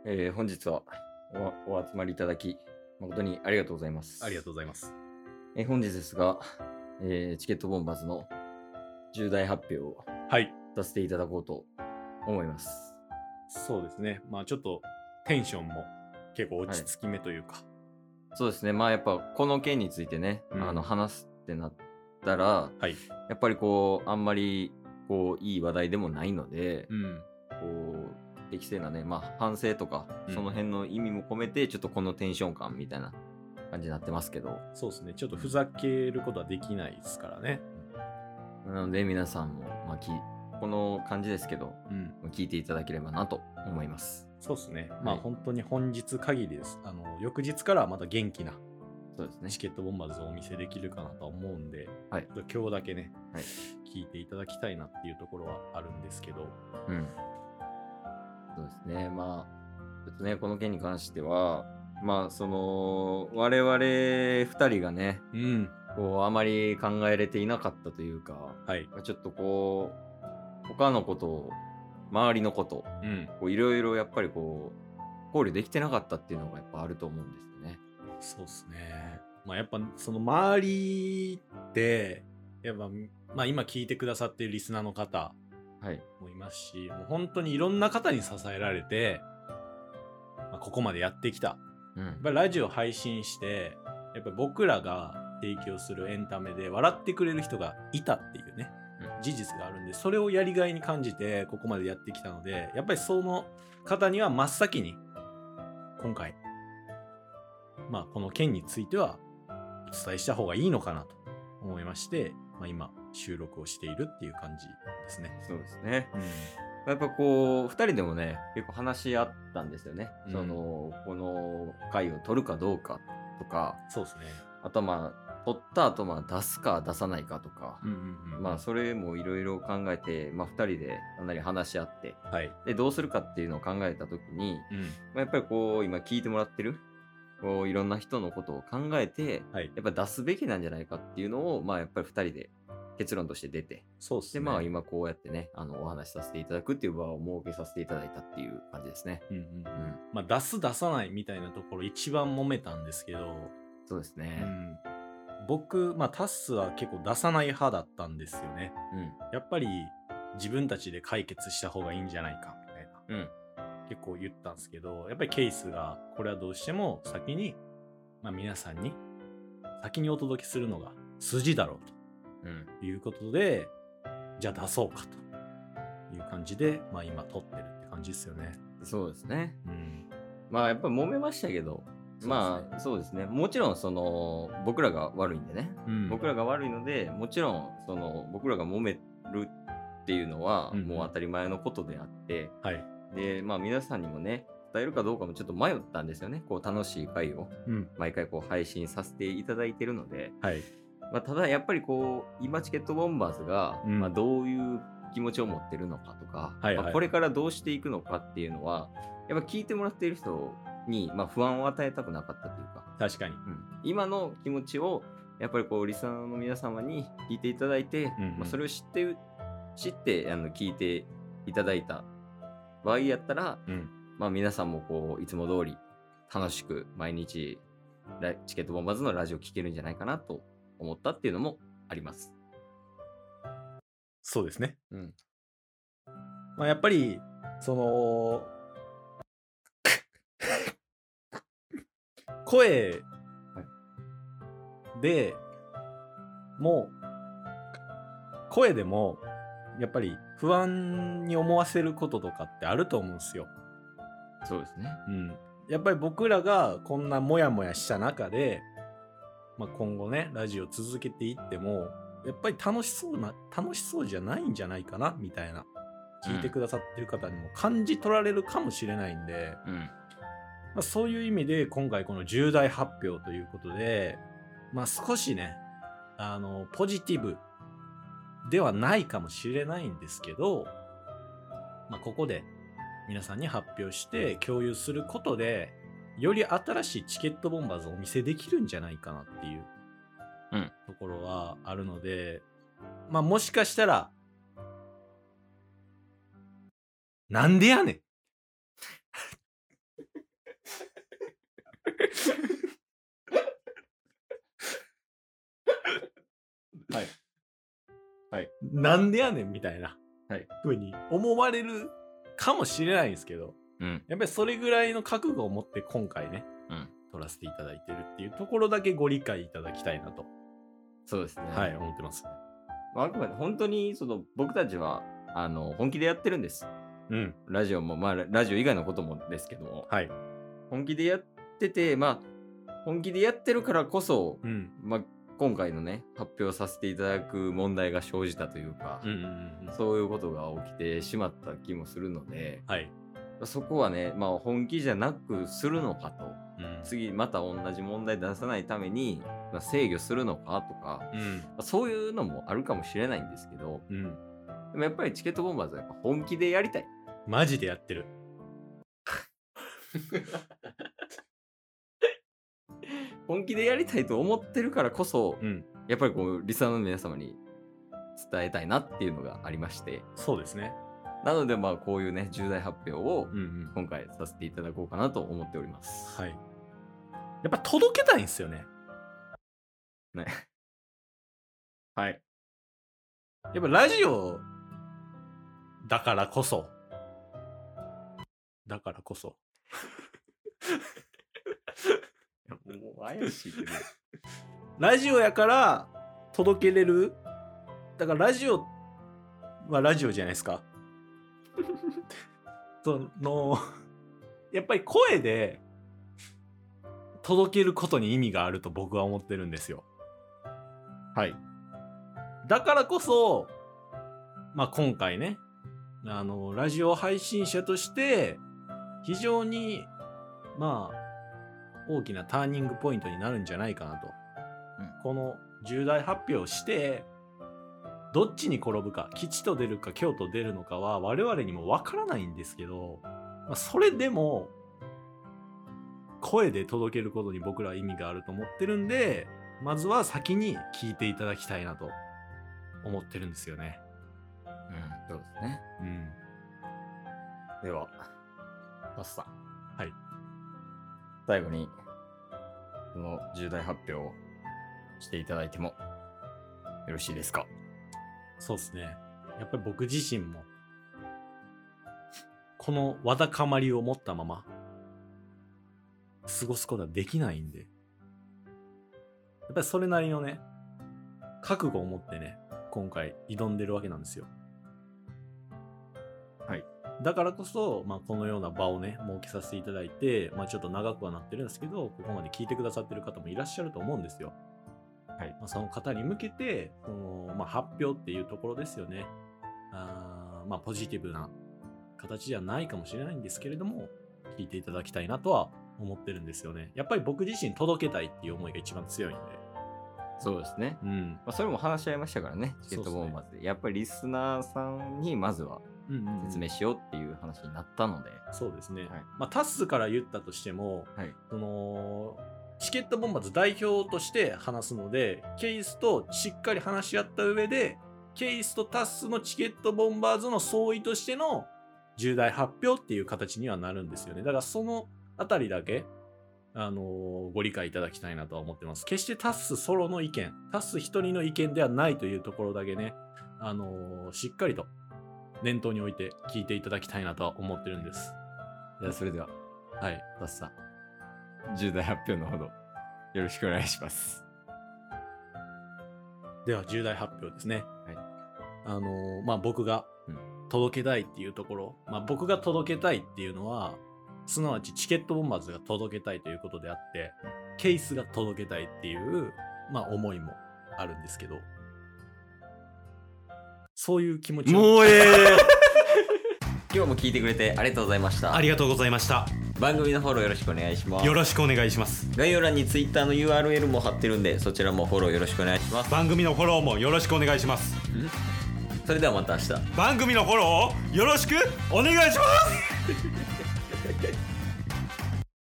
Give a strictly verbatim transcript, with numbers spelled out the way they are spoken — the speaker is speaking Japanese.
えー本日はおお集まりいただき、誠にありがとうございます。 ありがとうございます。 えー本日ですが、えーチケットボンバーズの重大発表をはい。 させていただこうと思います。 そうですね。まあちょっとテンションも結構落ち着き目というか。 そうですね、まあやっぱこの件についてね、 うんあの話すってなったら、 はい。 やっぱりこう、あんまりこういい話題でもないので、 うん。 こう、適正なね、まあ反省とか、 うんその辺の意味も込めて、ちょっとこのテンション感みたいな感じになってますけど、 そうですね。ちょっとふざけることはできないですからね。 なので皆さんも、まあ、きこの感じですけど、 うん。 聞いていただければなと思います。 そうですね。まあはい本当に本日限りです。あの、翌日からはまた元気なそうですね。 チケットボンバーズをお見せできるかなとは思うんで、 はいちょっと今日だけね、 はい聞いていただきたいなっていうところはあるんですけど、 うん。そうですね。まあ、ちょっとね、この件に関しては、まあ、その、我々二人がね、 うん。 こう、あまり考えれていなかったというか、 はい。 ちょっとこう、他のことを、周りのこと、 うん。 こういろいろやっぱりこう、考慮できてなかったっていうのがやっぱあると思うんですよね。 そうですね。まあやっぱその周りってやっぱまあ今聞いてくださっているリスナーの方はい。 もいますし、もう本当にいろんな方に支えられて、まあ、ここまでやってきた。 うんやっぱりラジオ配信してやっぱり僕らが提供するエンタメで笑ってくれる人がいたっていうね、 うん事実があるんで、それをやりがいに感じてここまでやってきたので、やっぱりその方には真っ先に今回まあこの件についてはお伝えした方がいいのかなと思いまして、まあ、今収録をしているっていう感じですね。 そうですね。 うんやっぱこう、二人でもね、結構話し合ったんですよね。 うんその、この回を取るかどうかとか、 そうですね。 あとはまあ、取った後まあ出すか出さないかとか、 うんうんうん。 まあそれもいろいろ考えて、まあ二人でかなり話し合って、 はい。 で、どうするかっていうのを考えたときに、 うん。 まあ、やっぱりこう、今聞いてもらってる、こう、いろんな人のことを考えて、 はい。 やっぱ出すべきなんじゃないかっていうのを、まあやっぱり二人で結論として出て、で、 そうですね。 まあ今こうやってね、あの、お話しさせていただくっていう場を設けさせていただいたっていう感じですね。 うんうん。 うん。 まあ出す出さないみたいなところ一番揉めたんですけど、うそうですね。 ん、僕、まあタッスは結構出さない派だったんですよね。 うん。 やっぱり自分たちで解決した方がいいんじゃないかみたいな。 うん。 結構言ったんですけど、やっぱりケースがこれはどうしても先に、まあ、皆さんに先にお届けするのが筋だろううん。 ということで、じゃあ出そうかという感じで、まあ今撮ってるって感じですよね。 そうですね。 うん。 まあやっぱ揉めましたけど、まそうですねあそうですね。もちろんその、僕らが悪いんでね。 うん、 僕らが悪いので、もちろんその、僕らが揉めるっていうのは、 うんうんもう当たり前のことであって、 はい。 で、まあ皆さんにもね、伝えるかどうかもちょっと迷ったんですよね。こう楽しい回をうん。 毎回こう配信させていただいてるので、 はい。 まあ、ただやっぱりこう、今チケットボンバーズが、 うんまあどういう気持ちを持ってるのかとか、 はいはいまあこれからどうしていくのかっていうのは、やっぱ聞いてもらっている人に、まあ、不安を与えたくなかったというか、 確かに。 うん、今の気持ちをやっぱりこうリスナーの皆様に聞いていただいて、 うんうんまあ、それを知って知ってあの聞いていただいた場合やったら、 うん。 まあ、皆さんもこういつも通り楽しく毎日ラチケットボンバーズのラジオ聞けるんじゃないかなと思ったっていうのもあります。 そうですね。 うん。 まあやっぱり、その、声でもう、声でも、やっぱり不安に思わせることとかってあると思うんですよ。 そうですね。 うん。やっぱり僕らがこんなモヤモヤした中で、まあ、今後ね、ラジオ続けていっても、やっぱり楽しそうな、楽しそうじゃないんじゃないかな、みたいな。聞いてくださってる方にも感じ取られるかもしれないんで、 うん。 まあ、そういう意味で今回この重大発表ということで、まあ少しね、あの、ポジティブではないかもしれないんですけど、まあここで皆さんに発表して共有することで、より新しいチケットボンバーズをお見せできるんじゃないかなっていううんところはあるので、まあもしかしたら、なんでやねんはいはい、 なんでやねんみたいな、 はい、 風に思われるかもしれないんですけど、 うん、 やっぱりそれぐらいの覚悟を持って今回ね、うん、撮らせていただいてるっていうところだけご理解いただきたいなと。 そうですね。 はい、思ってます。 まあ、あくまで本当にその僕たちはあの本気でやってるんです。うん。ラジオもまあラジオ以外のこともですけども、はい、本気でやってて、まあ本気でやってるからこそ、うん、まあ今回のね発表させていただく問題が生じたというか、うんうんうん、そういうことが起きてしまった気もするので、はい、そこはね、まあ本気じゃなくするのかと、うん、次また同じ問題出さないために、まあ、制御するのかとか、うん、まあ、そういうのもあるかもしれないんですけど、うん、でもやっぱりチケットボンバーズはやっぱ本気でやりたい。 マジでやってる。 本気でやりたいと思ってるからこそ、うん、やっぱりこうリスナーの皆様に伝えたいなっていうのがありまして。 そうですね。 なのでまあこういうね重大発表を今回させていただこうかなと思っております。 はい。やっぱ届けたいんですよね。 ね。はい。 やっぱラジオだからこそ。だからこそ。 もう怪しいけど。 ラジオやから届けれる。だからラジオはラジオじゃないですか。そのやっぱり声で届けることに意味があると僕は思ってるんですよ。はい。だからこそ、まあ今回ね、あのラジオ配信者として非常にまあ大きなターニングポイントになるんじゃないかなと。うん、この重大発表をしてどっちに転ぶか、吉と出るか凶と出るのかは我々にも分からないんですけど、まあ、それでも声で届けることに僕らは意味があると思ってるんで、まずは先に聞いていただきたいなと思ってるんですよね。 うん、そうですね。うん。では、パスさん。はい。最後に、この重大発表をしていただいてもよろしいですか？ そうですね。やっぱり僕自身もこのわだかまりを持ったまま過ごすことはできないんで、やっぱりそれなりのね覚悟を持ってね今回挑んでるわけなんですよ。はい。だからこそ、まあ、このような場をね設けさせていただいて、まあ、ちょっと長くはなってるんですけど、ここまで聞いてくださってる方もいらっしゃると思うんですよ。はい。まあ、その方に向けてその、まあ、発表っていうところですよね。あまあポジティブな形じゃないかもしれないんですけれども、聞いていただきたいなとは思ってるんですよね。やっぱり僕自身届けたいっていう思いが一番強いんで。 そうですね。うん。まあ、それも話し合いましたからね、チケットボンバーズで。ね、やっぱりリスナーさんにまずは説明しようっていう話になったので。うんうんうん、 そうですね。はい、まあタスから言ったとしても、はい、そのチケットボンバーズ代表として話すので、ケイスとしっかり話し合った上で、ケイスとタスのチケットボンバーズの総意としての重大発表っていう形にはなるんですよね。だからそのあたりだけ、あのー、ご理解いただきたいなとは思ってます。決してタスソロの意見、タス一人の意見ではないというところだけね、あのー、しっかりと念頭に置いて聞いていただきたいなとは思ってるんです。 じゃあそれでは、はい、タスさん、重大発表のほどよろしくお願いします。 では重大発表ですね。はい、あのー、まあ僕が届けたいっていうところ、まあ僕が届けたいっていうのは、すなわちチケットボンバーズが届けたいということであって、ケースが届けたいっていう、まあ思いもあるんですけど、そういう気持ちを。 もうええ今日も聞いてくれてありがとうございました。 ありがとうございました。 番組のフォローよろしくお願いします。 よろしくお願いします。 概要欄に Twitter の ユーアールエル も貼ってるんで、そちらもフォローよろしくお願いします。 番組のフォローもよろしくお願いします。 それではまた明日。 番組のフォローをよろしくお願いします